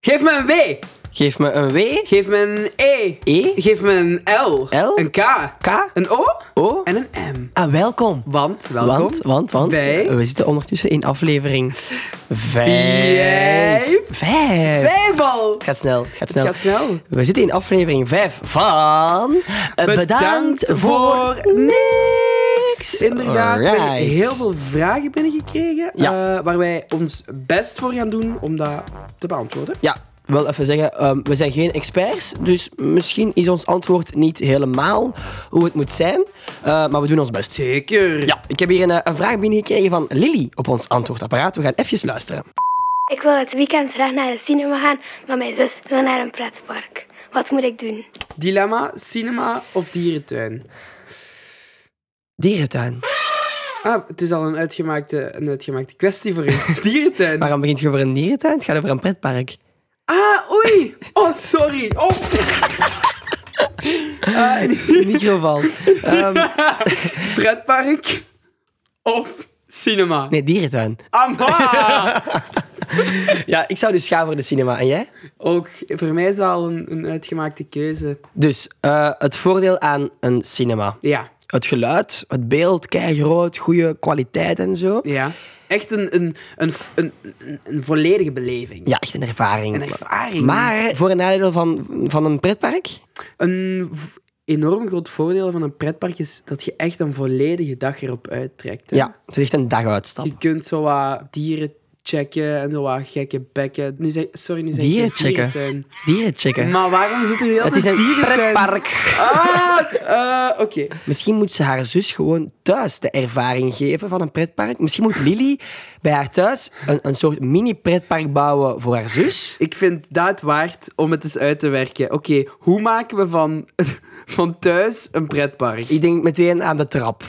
Geef me een W. Geef me een W. Geef me een E. E. Geef me een L. L. Een K. K. Een O. O. En een M. Ah, welkom. Welkom. Want. Bij... We zitten ondertussen in aflevering 5. 5 al. Het gaat snel. Het gaat snel. We zitten in aflevering 5 van... Bedankt voor niks. Inderdaad, we hebben Alright. heel veel vragen binnengekregen. Ja. Waar wij ons best voor gaan doen om dat te beantwoorden. Ja, wel even zeggen, we zijn geen experts, dus misschien is ons antwoord niet helemaal hoe het moet zijn, maar we doen ons best. Zeker. Ja, ik heb hier een vraag binnengekregen van Lily op ons antwoordapparaat. We gaan even luisteren. Ik wil het weekend graag naar de cinema gaan, maar mijn zus wil naar een pretpark. Wat moet ik doen? Dilemma, cinema of dierentuin? Dierentuin. Ah, het is al een uitgemaakte kwestie voor u. Dierentuin. Waarom begint je over een dierentuin? Het gaat over een pretpark. Ah, oei. Oh, sorry. Oh. De micro valt. Pretpark of cinema? Nee, dierentuin. Amma! Ja, ik zou dus gaan voor de cinema. En jij? Ook voor mij is dat al een uitgemaakte keuze. Dus, het voordeel aan een cinema. Ja. Het geluid, het beeld, keigroot, goede kwaliteit en zo. Ja. Echt een volledige beleving. Ja, echt een ervaring. Een ervaring. Maar voor een nadeel van een pretpark? Een enorm groot voordeel van een pretpark is dat je echt een volledige dag erop uittrekt. Hè? Ja, het is echt een daguitstap. Je kunt zo wat dieren checken en zo wat gekke bekken. Nu zeg Dieren ik checken? dierentuin. Dieren checken. Maar waarom zit er heel Het is een dierentuin? pretpark. Oké. Misschien moet ze haar zus gewoon thuis de ervaring geven van een pretpark. Misschien moet Lily bij haar thuis een soort mini-pretpark bouwen voor haar zus. Ik vind dat waard om het eens uit te werken. Oké, hoe maken we van thuis een pretpark? Ik denk meteen aan de trap.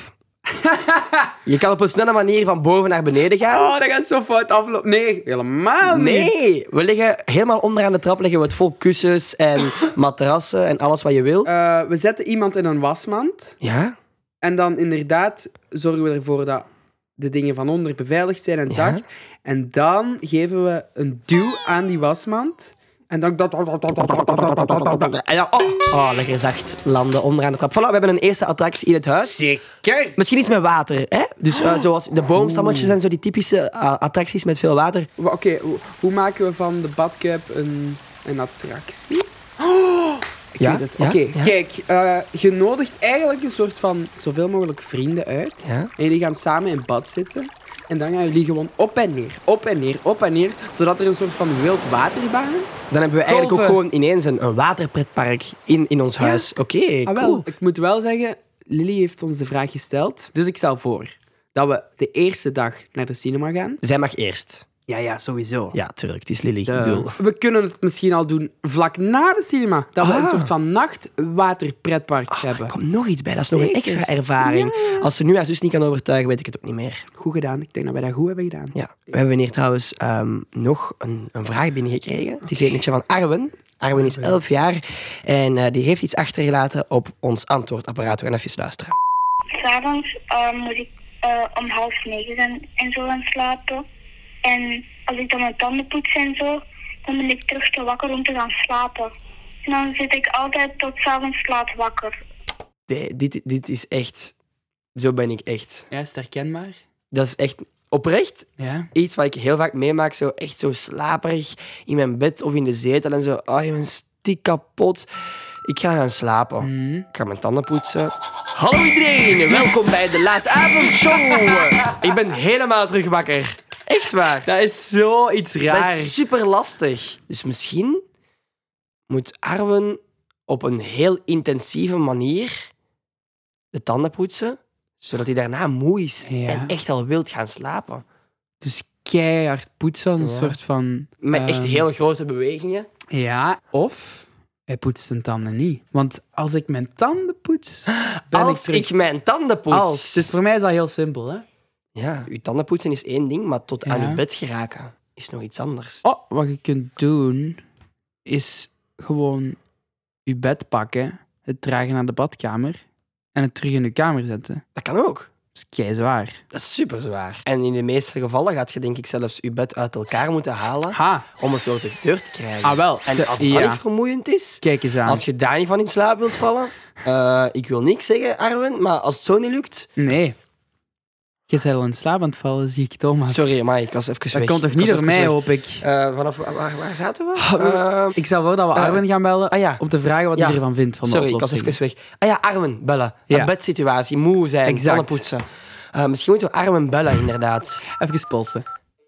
Je kan op een snelle manier van boven naar beneden gaan. Oh, dat gaat zo fout aflopen. Nee, helemaal niet. Nee, we leggen helemaal onderaan de trap leggen we het vol kussens en matrassen en alles wat je wil. We zetten iemand in een wasmand. Ja? En dan inderdaad zorgen we ervoor dat de dingen van onder beveiligd zijn en zacht. En dan geven we een duw aan die wasmand. En dan... En dan, lekker zacht landen onderaan de trap. Voilà, we hebben een eerste attractie in het huis. Zeker. Misschien iets met water, hè? Dus zoals de boomstammetjes en zo, die typische attracties met veel water. Oké, hoe maken we van de badkuip een attractie? Ik Ja, weet het. ja, Oké, ja. kijk. Je nodigt eigenlijk een soort van zoveel mogelijk vrienden uit. Ja. En jullie gaan samen in bad zitten. En dan gaan jullie gewoon op en neer. Zodat er een soort van wild waterbaan is. Dan hebben we eigenlijk ook Golven. gewoon ineens een waterpretpark in ons huis. Oké, Ah, cool. wel. Ik moet wel zeggen, Lily heeft ons de vraag gesteld. Dus ik stel voor dat we de eerste dag naar de cinema gaan. Zij mag eerst. Ja, sowieso. Ja, tuurlijk. Het is Lily. Ik bedoel. We kunnen het misschien al doen vlak na de cinema. Dat we een soort van nachtwaterpretpark hebben. Er komt nog iets bij. Dat is nog een Zeker. extra ervaring. Als ze nu haar zus niet kan overtuigen, weet ik het ook niet meer. Goed gedaan. Ik denk dat wij dat goed hebben gedaan. Ja. We hebben hier trouwens nog een vraag binnengekregen. Het is eentje van Arwen. Arwen is 11 jaar en die heeft iets achtergelaten op ons antwoordapparaat. We gaan even luisteren. 'S'avonds moet ik om 8:30 en zo gaan slapen. En als ik dan mijn tanden poets en zo, dan ben ik terug te wakker om te gaan slapen. En dan zit ik altijd tot 's avonds laat wakker. Nee, dit is echt... Zo ben ik echt. Ja, is het herkenbaar? Dat is echt oprecht Ja. iets wat ik heel vaak meemaak. Zo echt zo slaperig in mijn bed of in de zetel en zo. Oh, je bent stik kapot. Ik ga gaan slapen. Ik ga mijn tanden poetsen. Hallo iedereen, welkom bij de Laat Avondshow. Ik ben helemaal terug wakker. Echt waar. Dat is zoiets Dat raar. is super lastig. Dus misschien moet Arwen op een heel intensieve manier de tanden poetsen, zodat hij daarna moe is Ja. en echt al wilt gaan slapen. Dus keihard poetsen, een Ja. soort van... Met echt heel grote bewegingen. Ja, of hij poetst zijn tanden niet. Want als ik mijn tanden poets, ben Als ik terug... ik mijn tanden poets. Als. Dus voor mij is dat heel simpel, hè? Ja, uw tanden poetsen is één ding, maar tot aan Ja. uw bed geraken is nog iets anders. Oh, wat je kunt doen, is gewoon je bed pakken, het dragen naar de badkamer en het terug in de kamer zetten. Dat kan ook. is keizwaar. Dat is super zwaar. En in de meeste gevallen gaat je denk ik zelfs je bed uit elkaar moeten halen Ha, om het door de deur te krijgen. ah wel. En als dat ja. niet vermoeiend is, Kijk eens aan. als je daar niet van in slaap wilt vallen, ik wil niks zeggen, Arwen, maar als het zo niet lukt... Nee. Je bent al in slaap aan het vallen, zie ik, Thomas. Sorry, maar ik was even weg. Dat komt toch Ik niet was door even mij, weg. hoop ik. Vanaf waar zaten we? Ik stel voor dat we Arwen gaan bellen ja. om te vragen wat hij ervan vindt van Sorry, de ik was oplossing. even weg. Ah ja, Arwen bellen. Ja. Een bedsituatie, moe zijn, Exact. tanden poetsen. Misschien moeten we Arwen bellen, inderdaad. Even polsen.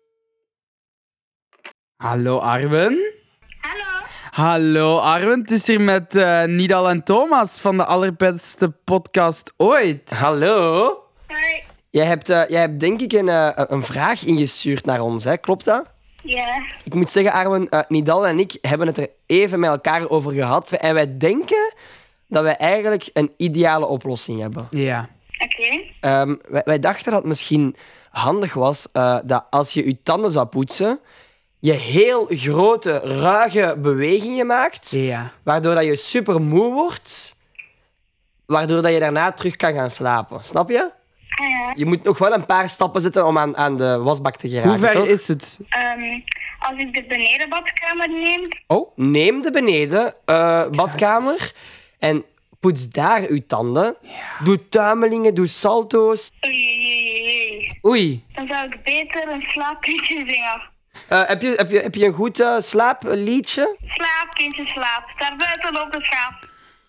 Hallo Arwen. Hallo. Hallo Arwen, het is hier met Nidal en Thomas van de allerbeste podcast ooit. Hallo? Hoi. Jij hebt denk ik een vraag ingestuurd naar ons, hè? Klopt dat? Ja. Ik moet zeggen, Arwen, Nidal en ik hebben het er even met elkaar over gehad. En wij denken dat wij eigenlijk een ideale oplossing hebben. Ja. Oké. Wij dachten dat het misschien handig was dat als je je tanden zou poetsen, je heel grote, ruige bewegingen maakt, Ja. waardoor dat je super moe wordt, waardoor dat je daarna terug kan gaan slapen. Snap je? Ah ja. Je moet nog wel een paar stappen zetten om aan de wasbak te geraken. Hoe ver toch? is het? Als ik de benedenbadkamer neem, Oh, neem de beneden badkamer en poets daar uw tanden. Doe tuimelingen, doe salto's. oei. Oei. Dan zou ik beter een slaapliedje zingen. Heb je een goed slaapliedje? Slaap, kindje, slaap. Daar buiten op de schaap.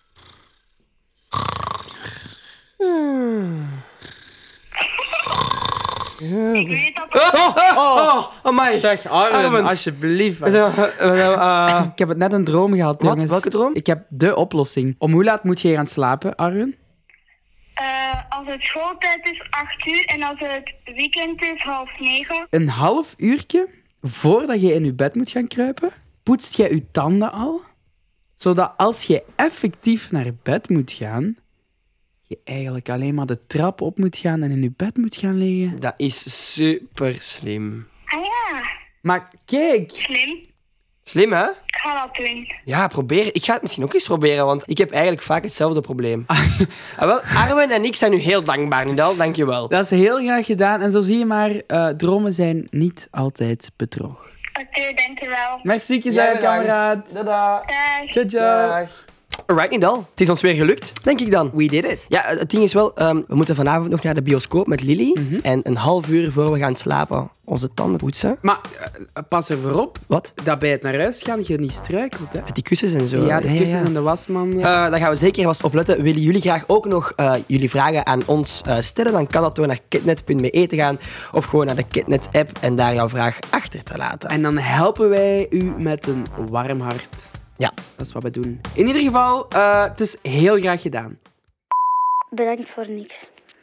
Ik weet dat... Oh, amai. Zeg Arwen, Arwen. alsjeblieft. Wat? Ik heb het net een droom gehad, jongens. Welke droom? Ik heb de oplossing. Om hoe laat moet je gaan slapen, Arwen? Als het schooltijd is 8 uur en als het weekend is 8:30. Een half uurtje voordat je in je bed moet gaan kruipen, poetst jij je tanden al, zodat als je effectief naar bed moet gaan, je eigenlijk alleen maar de trap op moet gaan en in je bed moet gaan liggen. Dat is super slim. Ah ja, Maar kijk, slim. Slim, hè? Ik ga dat doen. Ja, probeer. Ik ga het misschien ook eens proberen, want ik heb eigenlijk vaak hetzelfde probleem. Wel, Arwen en ik zijn nu heel dankbaar, Nidal. Dank je wel. dat is heel graag gedaan. En zo zie je maar, dromen zijn niet altijd bedrog. Oké, dankjewel. Merci, Jij zijn bedankt. kameraad. Dada. Dag. Ciao, ciao. Dag. Alright, Nidal. Het is ons weer gelukt, denk ik dan. We did it. Ja, het ding is wel, we moeten vanavond nog naar de bioscoop met Lily. En een half uur voor we gaan slapen onze tanden poetsen. Maar pas ervoor op Wat? dat bij het naar huis gaan je niet struikelt, hè? Met die kussens en zo. Ja, de kussens en de wasman. Daar gaan we zeker vast op letten. Willen jullie graag ook nog jullie vragen aan ons stellen? Dan kan dat door naar kitnet.me te gaan. Of gewoon naar de Kitnet-app en daar jouw vraag achter te laten. En dan helpen wij u met een warm hart. Ja. Dat is wat we doen. In ieder geval, het is heel graag gedaan. Bedankt voor niks.